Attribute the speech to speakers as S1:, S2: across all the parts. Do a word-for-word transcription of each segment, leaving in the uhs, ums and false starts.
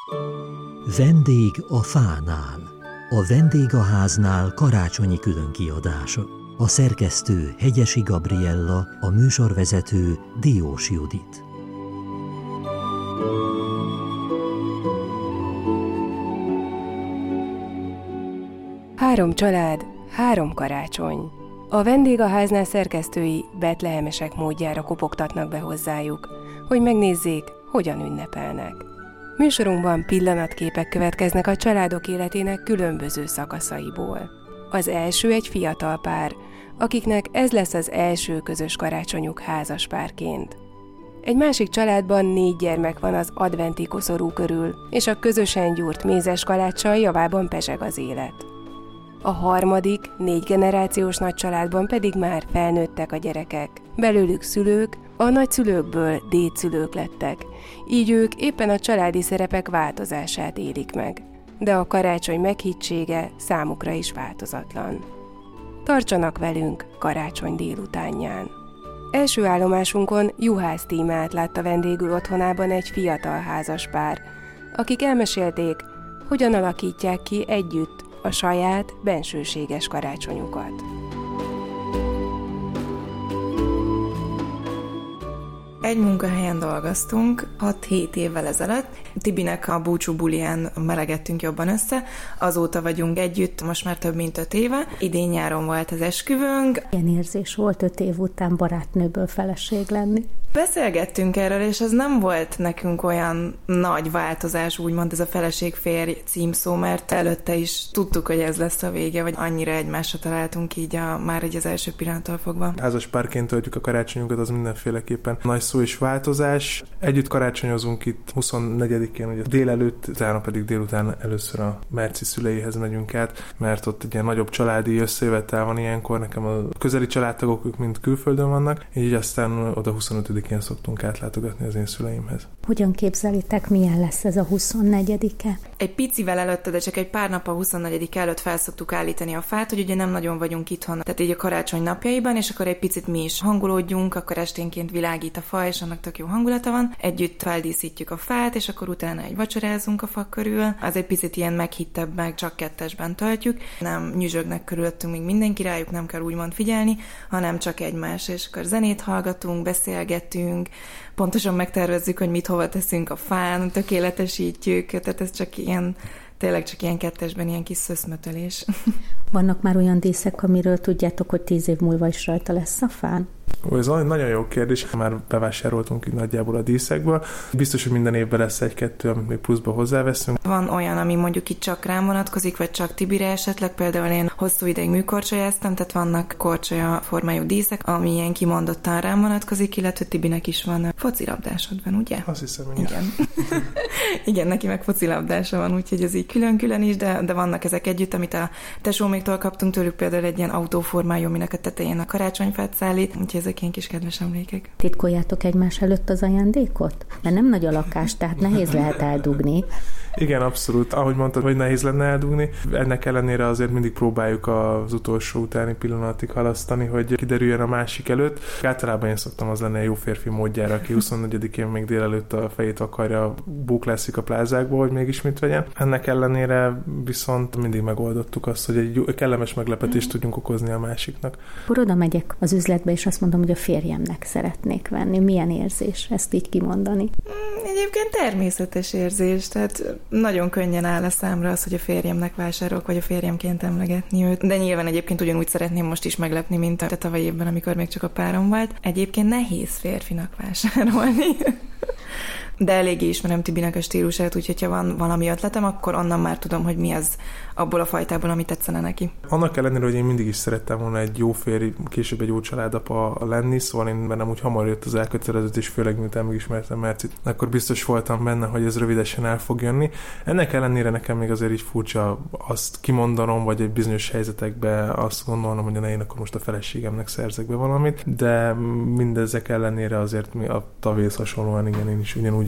S1: Vendég a fánál. A Vendégháznál karácsonyi különkiadás. A szerkesztő Hegyesi Gabriella, a műsorvezető Diós Judit.
S2: Három család, három karácsony. A Vendégháznál szerkesztői betlehemesek módjára kopogtatnak be hozzájuk, hogy megnézzék, hogyan ünnepelnek. Műsorunkban pillanatképek következnek a családok életének különböző szakaszaiból. Az első egy fiatal pár, akiknek ez lesz az első közös karácsonyuk házaspárként. Egy másik családban négy gyermek van az adventi koszorú körül, és a közösen gyúrt mézes kaláccsal javában pezseg az élet. A harmadik, négy generációs nagycsaládban pedig már felnőttek a gyerekek, belőlük szülők, a nagyszülőkből dédszülők lettek, így ők éppen a családi szerepek változását élik meg. De a karácsony meghittsége számukra is változatlan. Tartsanak velünk karácsony délutánján. Első állomásunkon Juhász Tímát látta vendégül otthonában egy fiatal házaspár, akik elmesélték, hogyan alakítják ki együtt a saját bensőséges karácsonyukat.
S3: Egy munkahelyen dolgoztunk hat-hét évvel ezelőtt. Tibinek a búcsú buliján melegettünk jobban össze. Azóta vagyunk együtt, most már több mint öt éve. Idén nyáron volt az esküvőnk.
S4: Ilyen érzés volt öt év után barátnőből feleség lenni?
S3: Beszélgettünk erről, és ez nem volt nekünk olyan nagy változás, úgymond ez a feleség-férj címszó, mert előtte is tudtuk, hogy ez lesz a vége, vagy annyira egymásra találtunk így a, már egy az első pillanattól fogva.
S5: Házaspárként töltjük a karácsonyunkat, az mindenféleképpen nagy szó és változás. Együtt karácsonyozunk itt huszonnegyedikén, ugye délelőtt, utána pedig délután először a Merci szüleihez megyünk át, mert ott egy ilyen nagyobb családi összejövetel van ilyenkor, nekem a közeli családtagok, ők mind külföldön vannak, így aztán oda huszonötödikén szoktunk átlátogatni az én szüleimhez.
S4: Hogyan képzelitek, milyen lesz ez a huszonnegyedike?
S3: Egy picivel előtte, de csak egy pár nap a huszonnegyedike előtt fel szoktuk állítani a fát, hogy ugye nem nagyon vagyunk itthon, tehát így a karácsony napjaiban, és akkor egy picit mi is hangolódjunk, akkor esténként világít a fa, és annak tök jó hangulata van. Együtt feldíszítjük a fát, és akkor utána egy vacsorázunk a fa körül. Az egy picit ilyen meghittebb, meg csak kettesben töltjük. Nem nyüzsögnek körülöttünk még mindenki rájuk, nem kell úgymond figyelni, hanem csak egymás, és akkor zenét hallgatunk, beszélgetünk, pontosan megtervezzük, hogy mit hova teszünk a fán, tökéletesítjük, tehát ez csak ilyen, tényleg csak ilyen kettesben ilyen kis szöszmötölés.
S4: Vannak már olyan díszek, amiről tudjátok, hogy tíz év múlva is rajta lesz a fán?
S5: Ó, ez nagyon jó kérdés, már bevásároltunk így nagyjából a díszekből. Biztos, hogy minden évben lesz egy-kettő, amit még pluszba hozzáveszünk.
S3: Van olyan, ami mondjuk itt csak rám vonatkozik, vagy csak Tibire esetleg. Például én hosszú ideig műkorcsolyáztam, tehát vannak korcsolya formájú díszek, ami ilyen kimondottan rám vonatkozik, illetve Tibinek is van focilabdásod van, ugye?
S5: Azt hiszem,
S3: igen. Igen. Igen, neki meg focilabdása van, úgyhogy ez így külön-külön is, de, de vannak ezek együtt, amit a tesóméktól kaptunk tőlük, például egy ilyen autóformájú, aminek a tetején a karácsonyfát szállít, úgyhogy ezek ilyen kis kedves emlékek.
S4: Titkoljátok egymás előtt az ajándékot? Mert nem nagy a lakás, tehát nehéz lehet eldugni.
S5: Igen, abszolút. Ahogy mondtad, hogy nehéz lenne eldugni. Ennek ellenére azért mindig próbáljuk az utolsó utáni pillanatig halasztani, hogy kiderüljön a másik előtt. Általában én szoktam az lenni a jó férfi módjára, aki huszonnegyedikén még délelőtt a fejét akarja bóklászik a plázákba, hogy mégis mit vegyen. Ennek ellenére viszont mindig megoldottuk azt, hogy egy kellemes meglepetést tudjunk okozni a másiknak.
S4: Akkor oda megyek az üzletbe, és azt mondom, hogy a férjemnek szeretnék venni. Milyen érzés ezt így kimondani?
S3: Egyébként természetes érzés, tehát nagyon könnyen áll a számra az, hogy a férjemnek vásárolok, vagy a férjemként emlegetni őt. De nyilván egyébként ugyanúgy szeretném most is meglepni, mint a tavalyi évben, amikor még csak a párom volt. Egyébként nehéz férfinak vásárolni. De eléggé ismerem Tibinek a stílusát, úgyhogy ha van valami ötletem, akkor onnan már tudom, hogy mi az abból a fajtából, ami tetszene neki.
S5: Annak ellenére, hogy én mindig is szerettem volna egy jó férj, később egy jó családapa lenni, szóval én bennem úgy hamar jött az elköteleződés, főleg miután megismertem Mercit, akkor biztos voltam benne, hogy ez rövidesen el fog jönni. Ennek ellenére nekem még azért így furcsa azt kimondanom, vagy egy bizonyos helyzetekben azt gondolnom, hogy na, én akkor most a feleségemnek szerzek be valamit, de mindezek ellenére azért mi a tavész hasonlóan, igen, én is ugyanúgy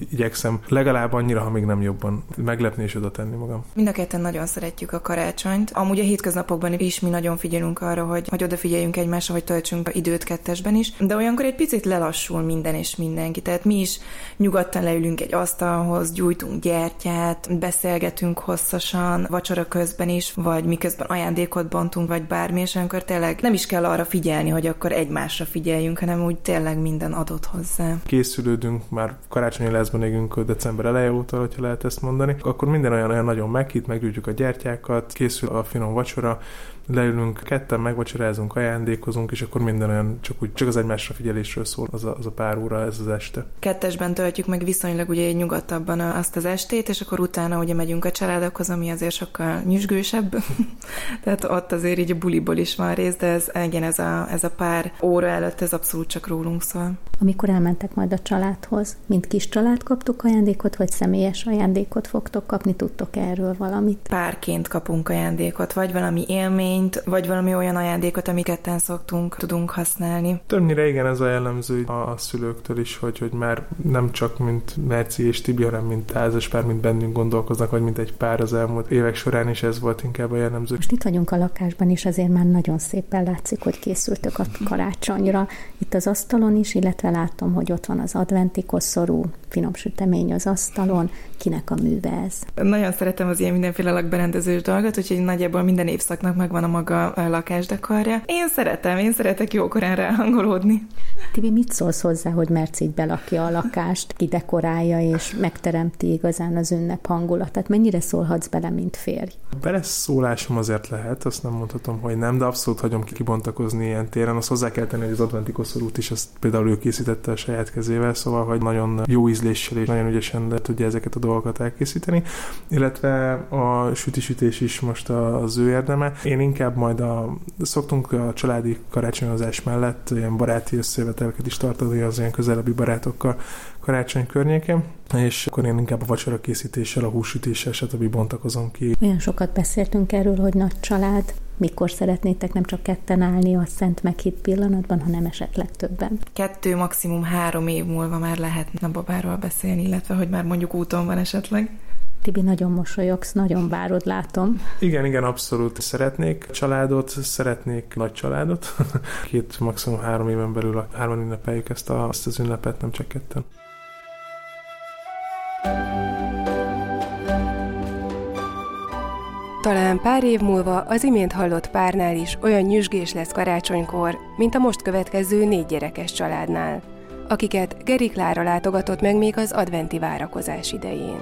S5: így igyekszem legalább annyira, ha még nem jobban meglepni és oda tenni magam.
S3: Mind a ketten nagyon szeretjük a karácsonyt. Amúgy a hétköznapokban is mi nagyon figyelünk arra, hogy, hogy odafigyeljünk egymásra, hogy töltsünk időt kettesben is, de olyankor egy picit lelassul minden és mindenki. Tehát mi is nyugodtan leülünk egy asztalhoz, gyújtunk gyertyát, beszélgetünk hosszasan, vacsora közben is, vagy miközben ajándékot bontunk, vagy bármi, és olyankor tényleg nem is kell arra figyelni, hogy akkor egymásra figyeljünk, hanem úgy tényleg minden adott hozzá.
S5: Készülődünk, már karácsonyi lázban égünk december eleje óta, hogyha lehet ezt mondani, akkor minden olyan, olyan nagyon meghitt, meggyújtjuk a gyertyákat, készül a finom vacsora, leülünk ketten, megvacsorázunk, ajándékozunk, és akkor minden olyan csak, úgy, csak az egymásra figyelésről szól az a, az a pár óra, ez az este.
S3: Kettesben töltjük meg viszonylag ugye nyugodtabban azt az estét, és akkor utána ugye megyünk a családokhoz, ami azért sokkal nyüzsgősebb. Tehát ott azért így a buliból is van rész, de ez, igen, ez a, ez a pár óra előtt ez abszolút csak rólunk szól.
S4: Amikor elmentek majd a családhoz, mint kis család kaptok ajándékot, vagy személyes ajándékot fogtok kapni, tudtok erről valamit?
S3: Párként kapunk ajándékot, vagy valami élmény, vagy valami olyan ajándékot, amiket ketten szoktunk, tudunk használni.
S5: Többnyire igen, ez a jellemző a szülőktől is, hogy, hogy már nem csak mint Merci és Tibi, hanem mint házaspár, mint bennünk gondolkoznak, vagy mint egy pár az elmúlt évek során is ez volt inkább a jellemző.
S4: Most itt vagyunk a lakásban, és azért már nagyon szépen látszik, hogy készültök a karácsonyra. Itt az asztalon is, illetve látom, hogy ott van az adventi koszorú, finom sütemény az asztalon. Kinek a műve ez?
S3: Nagyon szeretem az ilyen mindenféle lakberendezős dolgot, úgyhogy nagyjából minden évszaknak megvan a maga lakásdekorja. Én szeretem, én szeretek jókorán ráhangolódni.
S4: Tibi, mit szólsz hozzá, hogy Merci így belakja a lakást, kidekorálja és megteremti igazán az ünnep hangulatát? Mennyire szólhatsz bele, mint férj?
S5: Beleszólásom azért lehet, azt nem mondhatom, hogy nem, de abszolút hagyom kibontakozni ilyen téren. Azt hozzá kell tenni, hogy az adventi koszorút is, azt például ő készítette a saját kezével, szóval, hogy nagyon jó ízléssel és nagyon ügyesen tudja ezeket a dolgokat elkészíteni, illetve a sütisütés is most az ő érdeme. Én inkább majd a, szoktunk a családi karácsonyozás mellett ilyen baráti összejöveteleket is tartani az ilyen közelebbi barátokkal karácsony környékén, és akkor én inkább a vacsora készítéssel, a húsütéssel, stb. Bontakozom ki.
S4: Olyan sokat beszéltünk erről, hogy nagy család, mikor szeretnétek nem csak ketten állni a szent meghitt pillanatban, hanem esetleg többen?
S3: Kettő, maximum három év múlva már lehetne babáról beszélni, illetve hogy már mondjuk úton van esetleg.
S4: Tibi, nagyon mosolyogsz, nagyon várod, látom.
S5: Igen, igen, abszolút. Szeretnék családot, szeretnék nagy családot. Két, maximum három éven belül a hárman ünnepeljük ezt, a, ezt az ünnepet, nem csak ketten.
S2: Talán pár év múlva az imént hallott párnál is olyan nyüzsgés lesz karácsonykor, mint a most következő négy gyerekes családnál, akiket Geri Klára látogatott meg még az adventi várakozás idején.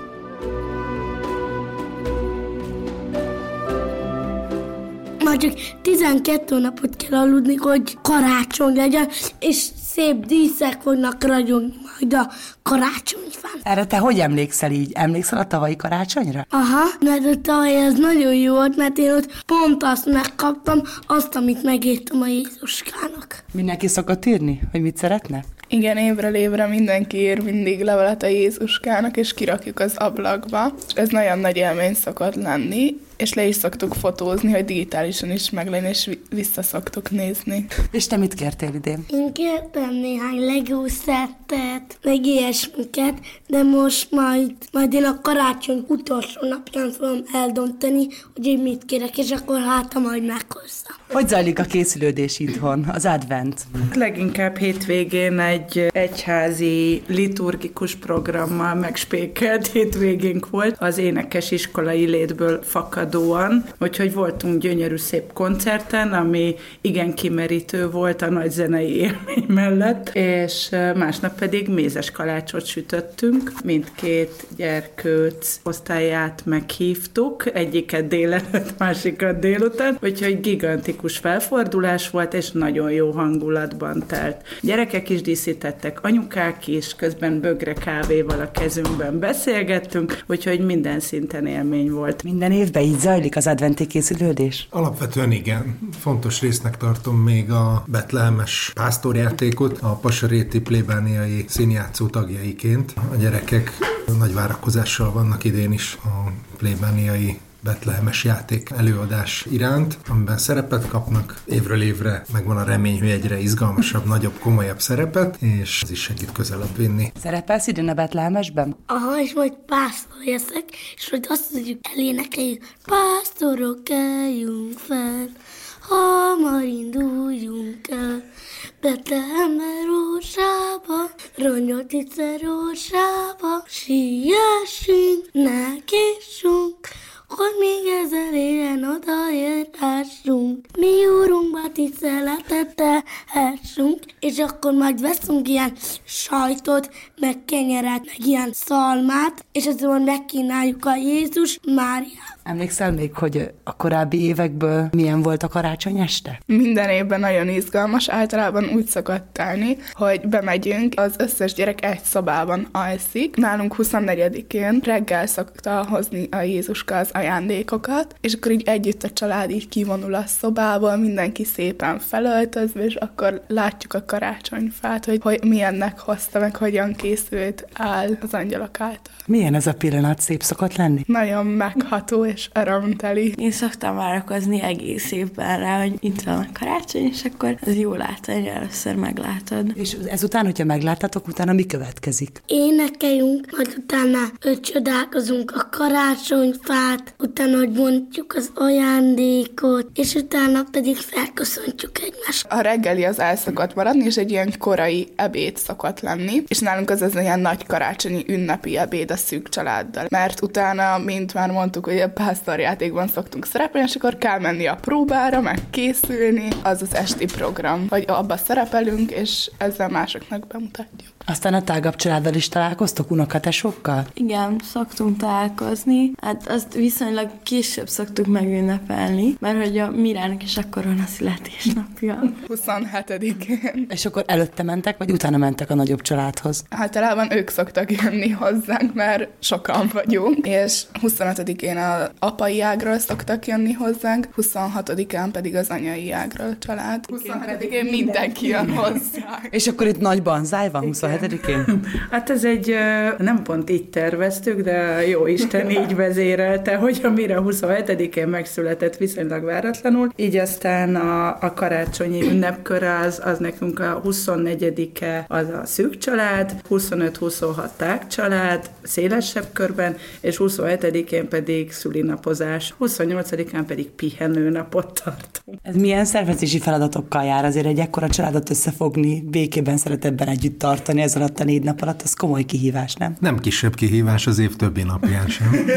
S6: Már csak tizenkét napot kell aludni, hogy karácsony legyen, és szép díszek fognak ragyogni majd a karácsonyfán.
S7: Erre te hogy emlékszel így? Emlékszel a tavalyi karácsonyra?
S6: Aha, mert a tavaly ez nagyon jó volt, mert én ott pont azt megkaptam, azt, amit megírtam a Jézuskának.
S7: Mindenki szokott írni, hogy mit szeretne?
S8: Igen, évről évre mindenki ír mindig levelet a Jézuskának, és kirakjuk az ablakba. És ez nagyon nagy élmény szokott lenni, és le is szoktuk fotózni, hogy digitálisan is meglegyen, és vissza szoktuk nézni.
S7: És te mit kértél idén?
S6: Én kértem néhány Lego szettet, meg ilyesmiket, de most majd, majd én a karácsony utolsó napján fogom eldönteni, hogy én mit kérek, és akkor hát, ha majd meghozza.
S7: Hogy zajlik a készülődés itthon, az advent?
S9: Leginkább hétvégén egy egyházi liturgikus programmal megspékelt hétvégénk volt, az énekes iskolai létből fakadóan, úgyhogy voltunk gyönyörű szép koncerten, ami igen kimerítő volt a nagy zenei élmény mellett, és másnap pedig mézes kalácsot sütöttünk, mindkét gyerkőc osztályát meghívtuk, egyiket délelőtt, másikat délután, úgyhogy gigantikus felfordulás volt, és nagyon jó hangulatban telt. Gyerekek is díszítettek, anyukák is, közben bögre kávéval a kezünkben beszélgettünk, úgyhogy minden szinten élmény volt.
S7: Minden évben így zajlik az adventi készülődés?
S10: Alapvetően igen. Fontos résznek tartom még a betlehemes pásztorjátékot, a pasaréti plébániai színjátszó tagjaiként. A gyerekek nagy várakozással vannak idén is a plébániai betlehemes játék előadás iránt, amiben szerepet kapnak. Évről évre megvan a remény, hogy egyre izgalmasabb, nagyobb, komolyabb szerepet, és ez is segít közelebb vinni.
S7: Szerepelsz idén a betlehemesben?
S6: Aha, és majd pásztor leszek, és hogy azt tudjuk elénekeljük, pásztorok álljunk fel, hamar induljunk el, Betlehembe rózsába, rongyoltice rózsába, siessünk, ne késünk, hogy még ezer éven odaérhessünk. Mi úrunkba tiszteletet tehessünk, és akkor majd veszünk ilyen sajtot, meg kenyeret, meg ilyen szalmát, és azon megkínáljuk a Jézus Máriát.
S7: Emlékszel még, hogy a korábbi évekből milyen volt a karácsony este?
S8: Minden évben nagyon izgalmas, általában úgy szokott telni, hogy bemegyünk, az összes gyerek egy szobában alszik. Nálunk huszonnegyedikén reggel szokta hozni a Jézuska az ajándékokat, és akkor így együtt a család így kivonul a szobából, mindenki szépen felöltözve, és akkor látjuk a karácsonyfát, hogy, hogy milyennek hozta, meg hogyan készült áll az angyalok által.
S7: Milyen ez a pillanat, szép szokott lenni?
S8: Nagyon megható és örömteli.
S11: Én szoktam várakozni egész évben rá, hogy itt van a karácsony, és akkor az jó látani, hogy először meglátod.
S7: És ezután, hogyha megláttátok, utána mi következik?
S6: Énekeljünk, majd utána öt csodálkozunk a karácsonyfát, utána, hogy mondjuk az ajándékot, és utána pedig felköszöntjük egymást.
S8: A reggeli az el szokott maradni, és egy ilyen korai ebéd szokott lenni, és nálunk az az ilyen nagy karácsonyi ünnepi ebéd a szűk családdal. Mert utána, mint már mondtuk, hogy a pásztorjátékban szoktunk szerepelni, és akkor kell menni a próbára, meg készülni, az az esti program, hogy abba szerepelünk, és ezzel másoknak bemutatjuk.
S7: Aztán a tágabb családdal is találkoztok, unokatesokkal?
S11: Igen, szoktunk találkozni. Hát azt viszonylag később szoktuk megünnepelni, mert hogy a Mirának is akkor van a születésnapja.
S8: huszonhetedikén.
S7: És akkor előtte mentek, vagy utána mentek a nagyobb családhoz?
S8: Általában ők szoktak jönni hozzánk, mert sokan vagyunk, és huszonötödikén az apai ágról szoktak jönni hozzánk, huszonhatodikán pedig az anyai ágról a család. huszonhetedikén mindenki jön hozzánk.
S7: És akkor itt nagy banzáj van huszonhetedikén?
S9: Hát ez egy, nem pont így terveztük, de jó Isten így vezérelte, hogy amire huszonhetedikén megszületett viszonylag váratlanul, így aztán a, a karácsonyi ünnepkör az, az nekünk a huszonnegyedike az a szűk család, huszonöt-huszonhat tágcsalád, szélesebb körben, és huszonhetedikén pedig szülinapozás, huszonnyolcadikán pedig pihenőnapot tartunk.
S7: Ez milyen szervezési feladatokkal jár? Azért egy ekkora családot összefogni, békében, szeretetben együtt tartani ez alatt a négy nap alatt, az komoly kihívás, nem?
S10: Nem kisebb kihívás az év többi napján sem,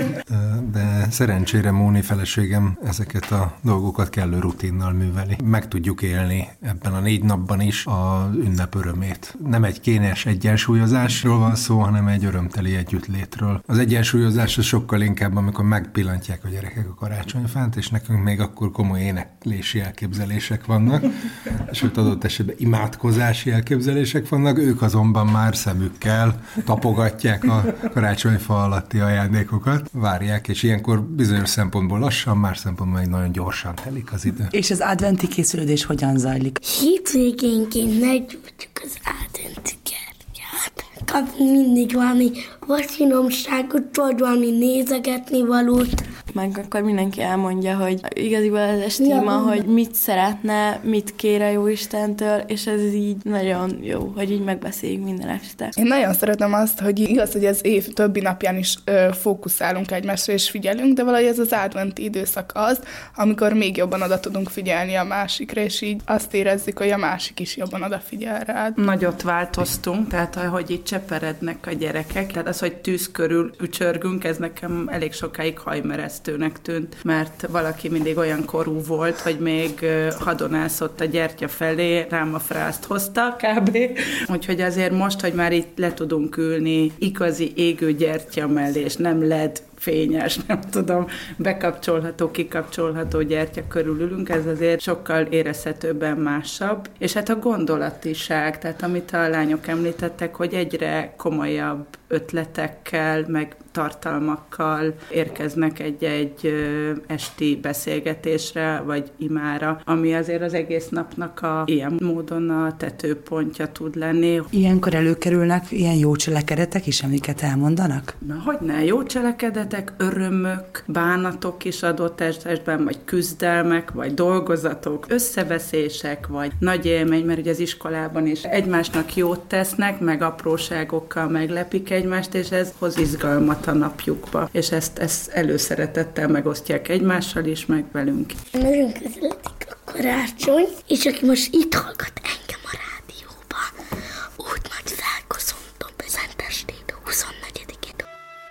S10: de szerencsére Móni feleségem ezeket a dolgokat kellő rutinnal műveli. Meg tudjuk élni ebben a négy napban is a ünnep örömét. Nem egy kényes egyensúlyozásról van szó, hanem egy örömteli együttlétről. Az egyensúlyozás az sokkal inkább, amikor megpillantják a gyerekek a karácsonyfát, és nekünk még akkor komoly éneklési elképzelések vannak, sőt adott esetben imádkozási elképzelések vannak, ők azonban már szemükkel tapogatják a karácsonyfa alatti ajándékokat, várják, és ilyenkor bizonyos szempontból lassan, más szempontból meg nagyon gyorsan telik az idő.
S7: És az adventi készülődés hogyan zajlik?
S6: Hétvégénként meggyújtjuk az adventi kártyát. Kapni mindig valami vagy finomságot, vagy valami nézegetni valót.
S11: Meg akkor mindenki elmondja, hogy igaziból ez a stíma, ja, hogy mit szeretne, mit kér a Jóistentől, és ez így nagyon jó, hogy így megbeszéljük minden este.
S8: Én nagyon szeretem azt, hogy igaz, hogy az év többi napján is ö, fókuszálunk egymásra és figyelünk, de valahogy ez az adventi időszak az, amikor még jobban oda tudunk figyelni a másikra, és így azt érezzük, hogy a másik is jobban odafigyel rád.
S9: Nagyot változtunk, tehát hogy itt cseperednek a gyerekek, tehát az, hogy tűz körül ücsörgünk, ez nekem elég sokáig hajmeresztőnek tűnt, mert valaki mindig olyan korú volt, hogy még hadonászott a gyertya felé, rám a frászt hozta kb. Úgyhogy azért most, hogy már itt le tudunk ülni igazi égő gyertya mellé, és nem led fényes, nem tudom, bekapcsolható, kikapcsolható gyertya körül ülünk, ez azért sokkal érezhetőbben másabb. És hát a gondolatiság, tehát amit a lányok említettek, hogy egyre komolyabb ötletekkel, meg tartalmakkal érkeznek egy-egy esti beszélgetésre, vagy imára, ami azért az egész napnak a ilyen módon a tetőpontja tud lenni.
S7: Ilyenkor előkerülnek ilyen jó cselekedetek is, amiket elmondanak?
S9: Na, hogyne, jó cselekedetek, örömök, bánatok is adott esetben, vagy küzdelmek, vagy dolgozatok, összeveszések, vagy nagy élmény, mert ugye az iskolában is egymásnak jót tesznek, meg apróságokkal meglepik egymást, és ez hoz izgalmat a napjukba, és ezt, ezt előszeretettel megosztják egymással is, meg velünk.
S6: Nagyon közeledik a karácsony, és aki most itt hallgat engem a rádióban, úgy majd felköszöntöm Szentestét huszonnegyedikét.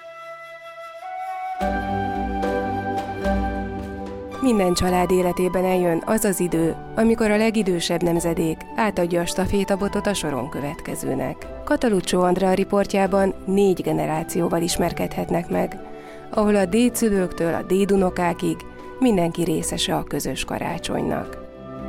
S2: Minden család életében eljön az az idő, amikor a legidősebb nemzedék átadja a stafétabotot a soron következőnek. Kataluccio Andrea riportjában négy generációval ismerkedhetnek meg, ahol a dédszülőktől a dédunokákig mindenki részese a közös karácsonynak.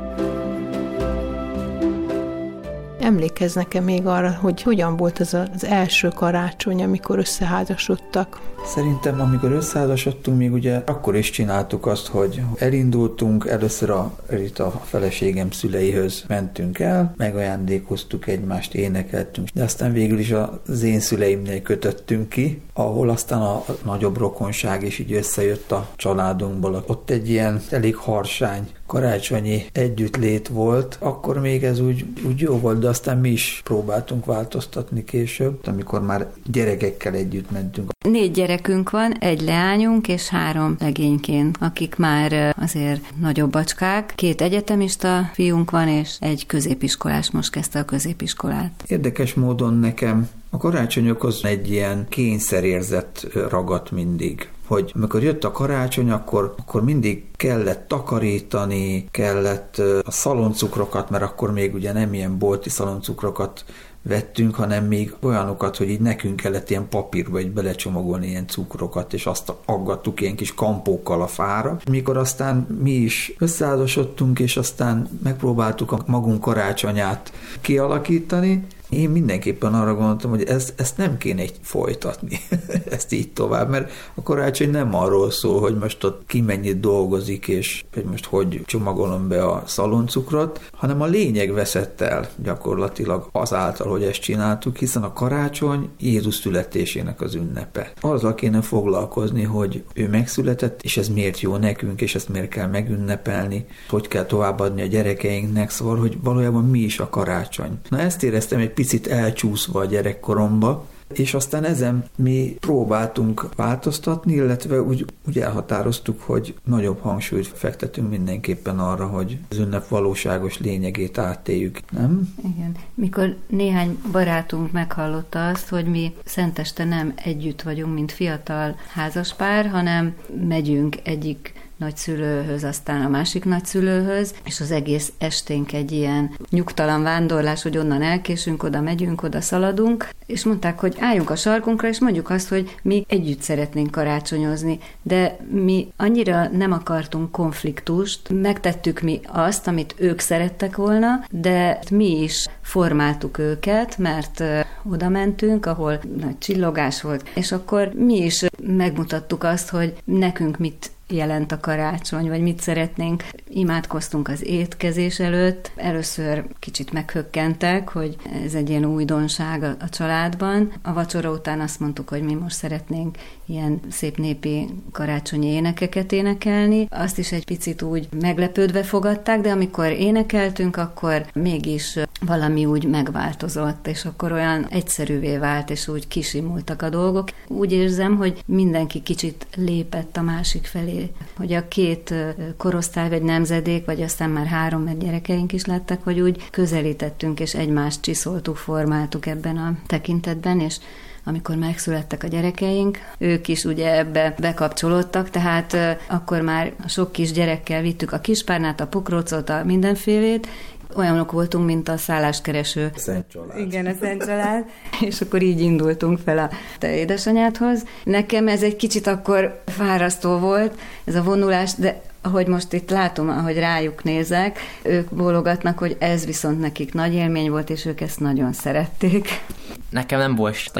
S12: Emlékeznek-e még arra, hogy hogyan volt az az első karácsony, amikor összeházasodtak?
S13: Szerintem, amikor összeházasodtunk, még ugye akkor is csináltuk azt, hogy elindultunk, először a Rita feleségem szüleihöz mentünk el, megajándékoztuk egymást, énekeltünk, de aztán végül is az én szüleimnél kötöttünk ki, ahol aztán a nagyobb rokonság is így összejött a családunkból. Ott egy ilyen elég harsány karácsonyi együttlét volt, akkor még ez úgy, úgy jó volt, de aztán mi is próbáltunk változtatni később, amikor már gyerekekkel együtt mentünk.
S14: Négy gyerekünk van, egy leányunk és három legényként, akik már azért nagyobb bacskák. Két egyetemista fiunk van, és egy középiskolás most kezdte a középiskolát.
S13: Érdekes módon nekem a karácsonyokhoz egy ilyen kényszerérzet ragadt mindig, hogy amikor jött a karácsony, akkor, akkor mindig kellett takarítani, kellett a szaloncukrokat, mert akkor még ugye nem ilyen bolti szaloncukrokat vettünk, hanem még olyanokat, hogy így nekünk kellett ilyen papírba így belecsomagolni ilyen cukrokat, és azt aggattuk ilyen kis kampókkal a fára. Mikor aztán mi is összeházasodtunk, és aztán megpróbáltuk a magunk karácsonyát kialakítani, én mindenképpen arra gondoltam, hogy ez, ezt nem kéne így folytatni, ezt így tovább, mert a karácsony nem arról szól, hogy most ott ki mennyit dolgozik, és hogy most hogy csomagolom be a szaloncukrot, hanem a lényeg veszett el gyakorlatilag azáltal, hogy ezt csináltuk, hiszen a karácsony Jézus születésének az ünnepe. Azzal kéne foglalkozni, hogy ő megszületett, és ez miért jó nekünk, és ezt miért kell megünnepelni, hogy kell továbbadni a gyerekeinknek, szóval, hogy valójában mi is a karácsony. Na ezt éreztem egy picit elcsúszva a gyerekkoromba, és aztán ezen mi próbáltunk változtatni, illetve úgy, úgy elhatároztuk, hogy nagyobb hangsúlyt fektetünk mindenképpen arra, hogy az ünnep valóságos lényegét átéljük, nem?
S14: Igen. Mikor néhány barátunk meghallotta azt, hogy mi szenteste nem együtt vagyunk, mint fiatal házaspár, hanem megyünk egyik nagyszülőhöz, aztán a másik nagyszülőhöz, és az egész esténk egy ilyen nyugtalan vándorlás, hogy onnan elkésünk, oda megyünk, oda szaladunk, és mondták, hogy álljunk a sarkunkra, és mondjuk azt, hogy mi együtt szeretnénk karácsonyozni, de mi annyira nem akartunk konfliktust, megtettük mi azt, amit ők szerettek volna, de mi is formáltuk őket, mert oda mentünk, ahol nagy csillogás volt, és akkor mi is megmutattuk azt, hogy nekünk mit jelent a karácsony, vagy mit szeretnénk. Imádkoztunk az étkezés előtt. Először kicsit meghökkentek, hogy ez egy ilyen újdonság a, a családban. A vacsora után azt mondtuk, hogy mi most szeretnénk ilyen szép népi karácsonyi énekeket énekelni. Azt is egy picit úgy meglepődve fogadták, de amikor énekeltünk, akkor mégis valami úgy megváltozott, és akkor olyan egyszerűvé vált, és úgy kisimultak a dolgok. Úgy érzem, hogy mindenki kicsit lépett a másik felé, hogy a két korosztály, vagy nemzedék, vagy aztán már három, mert gyerekeink is lettek, hogy úgy közelítettünk, és egymást csiszoltuk, formáltuk ebben a tekintetben, és amikor megszülettek a gyerekeink, ők is ugye ebbe bekapcsolódtak, tehát uh, akkor már sok kis gyerekkel vittük a kispárnát, a pokrócot, a mindenfélét, olyanok voltunk, mint a szálláskereső.
S13: Szent család.
S14: Igen, a Szent család. És akkor így indultunk fel a te édesanyádhoz. Nekem ez egy kicsit akkor fárasztó volt, ez a vonulás, de ahogy most itt látom, ahogy rájuk nézek, ők bólogatnak, hogy ez viszont nekik nagy élmény volt, és ők ezt nagyon szerették.
S15: Nekem nem volt stressz,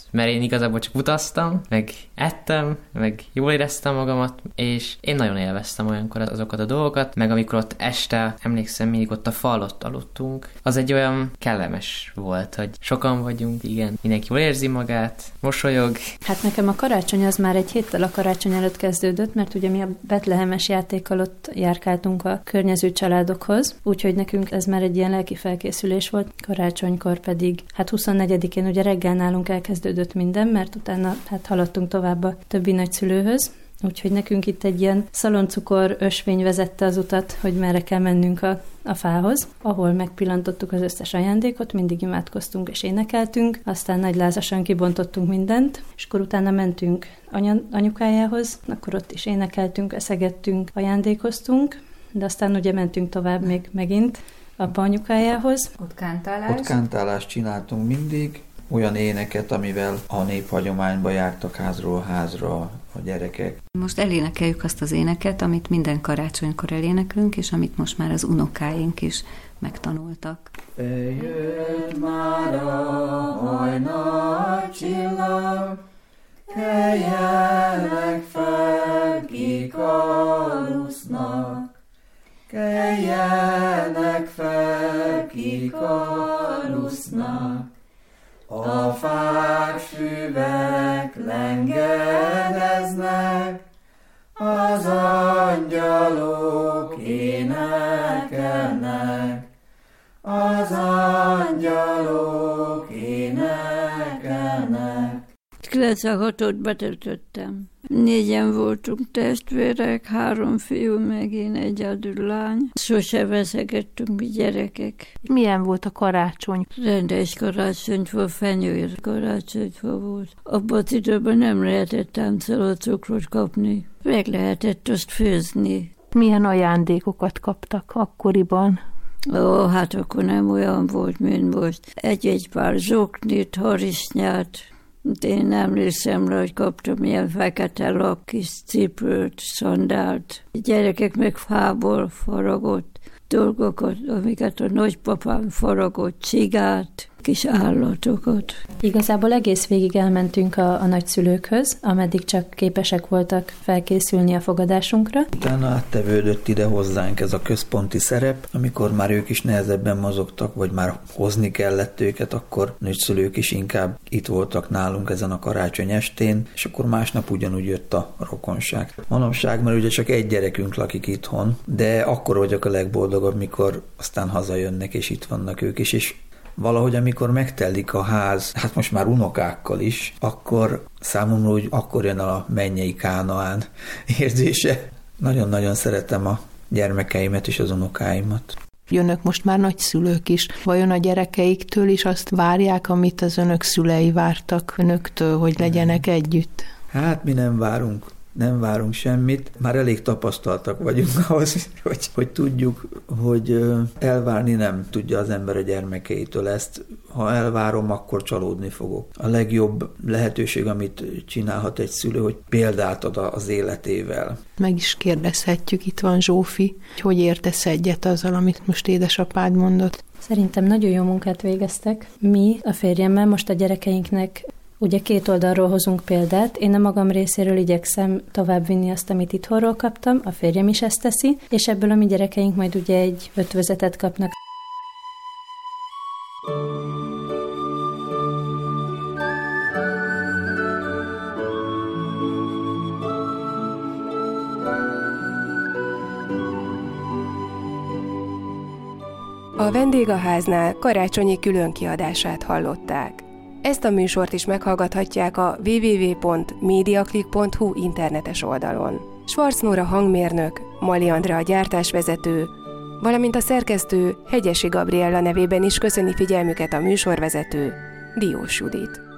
S15: mert én igazából csak utaztam, meg ettem, meg jól éreztem magamat, és én nagyon élveztem olyankor azokat a dolgokat, meg amikor ott este, emlékszem, még ott a fal alatt aludtunk, az egy olyan kellemes volt, hogy sokan vagyunk, igen, mindenki jól érzi magát, mosolyog.
S16: Hát nekem a karácsony az már egy héttel a karácsony előtt kezdődött, mert ugye mi a betlehemes játék alatt járkáltunk a környező családokhoz, úgyhogy nekünk ez már egy ilyen lelki felkészülés volt, karácsonykor pedig, hát huszonnegyedikén ugye reggel nálunk elkezdődött minden, mert utána hát haladtunk tovább a többi nagyszülőhöz, úgyhogy nekünk itt egy ilyen szaloncukor ösvény vezette az utat, hogy merre kell mennünk a, a fához, ahol megpillantottuk az összes ajándékot, mindig imádkoztunk és énekeltünk, aztán nagylázasan kibontottunk mindent, és akkor utána mentünk anya, anyukájához, akkor ott is énekeltünk, eszegettünk, ajándékoztunk, de aztán ugye mentünk tovább még megint apa anyukájához.
S14: Ott kántálás.
S13: Ott kántálást csináltunk mindig, olyan éneket, amivel a néphagyományba jártak házról házra a gyerekek.
S14: Most elénekeljük azt az éneket, amit minden karácsonykor eléneklünk, és amit most már az unokáink is megtanultak.
S17: Feljött már a hajnal csillag, keljenek fel, kik alusznak. Keljenek fel, kik alusznak. A fák, füvek lengedeznek, az angyalok énekelnek, az angyalok énekelnek.
S18: kilencvenhatot betöltöttem. Négyen voltunk testvérek, három fiú, meg én egyedül lány. Sose veszekedtünk mi gyerekek.
S12: Milyen volt a karácsony?
S18: Rendes karácsonyfa, fenyőr karácsonyfa volt. Abban az időben nem lehetett támszaló cukrot kapni. Meg lehetett azt főzni.
S12: Milyen ajándékokat kaptak akkoriban?
S18: Ó, hát akkor nem olyan volt, mint most. Egy-egy pár zsoknit, harisnyát. Én emlékszem rá, hogy kaptam ilyen fekete lak, kis cipőt, szandált. A gyerekek meg fából faragott dolgokat, amiket a nagypapám faragott, cigát, kis állatokat.
S16: Igazából egész végig elmentünk a, a nagyszülőkhöz, ameddig csak képesek voltak felkészülni a fogadásunkra.
S13: Utána áttevődött ide hozzánk ez a központi szerep, amikor már ők is nehezebben mozogtak, vagy már hozni kellett őket, akkor nagyszülők is inkább itt voltak nálunk ezen a karácsony estén, és akkor másnap ugyanúgy jött a rokonság. Manapság, mert ugye csak egy gyerekünk lakik itthon, de akkor vagyok a legboldogabb, mikor aztán hazajönnek, és itt vannak ők is, és valahogy amikor megtelik a ház, hát most már unokákkal is, akkor számomra úgy akkor jön a mennyei Kánaán érzése. Nagyon-nagyon szeretem a gyermekeimet és az unokáimat.
S12: Önök most már nagyszülők is. Vajon a gyerekeiktől is azt várják, amit az önök szülei vártak önöktől, hogy legyenek együtt?
S13: Hát mi nem várunk. Nem várunk semmit. Már elég tapasztaltak vagyunk ahhoz, hogy, hogy tudjuk, hogy elvárni nem tudja az ember a gyermekeitől ezt. Ha elvárom, akkor csalódni fogok. A legjobb lehetőség, amit csinálhat egy szülő, hogy példát ad az életével.
S12: Meg is kérdezhetjük, itt van Zsófi, hogy hogy értesz egyet azzal, amit most édesapád mondott?
S16: Szerintem nagyon jó munkát végeztek. Mi a férjemmel most a gyerekeinknek ugye két oldalról hozunk példát, én a magam részéről igyekszem továbbvinni azt, amit itthonról kaptam, a férjem is ezt teszi, és ebből a mi gyerekeink majd ugye egy ötvözetet kapnak.
S2: A Vendégháznál karácsonyi különkiadását hallották. Ezt a műsort is meghallgathatják a double-u double-u double-u pont mediaclick pont hu internetes oldalon. Schwarz Nóra hangmérnök, Mali Andrea gyártásvezető, valamint a szerkesztő Hegyesi Gabriella nevében is köszöni figyelmüket a műsorvezető, Diós Judit.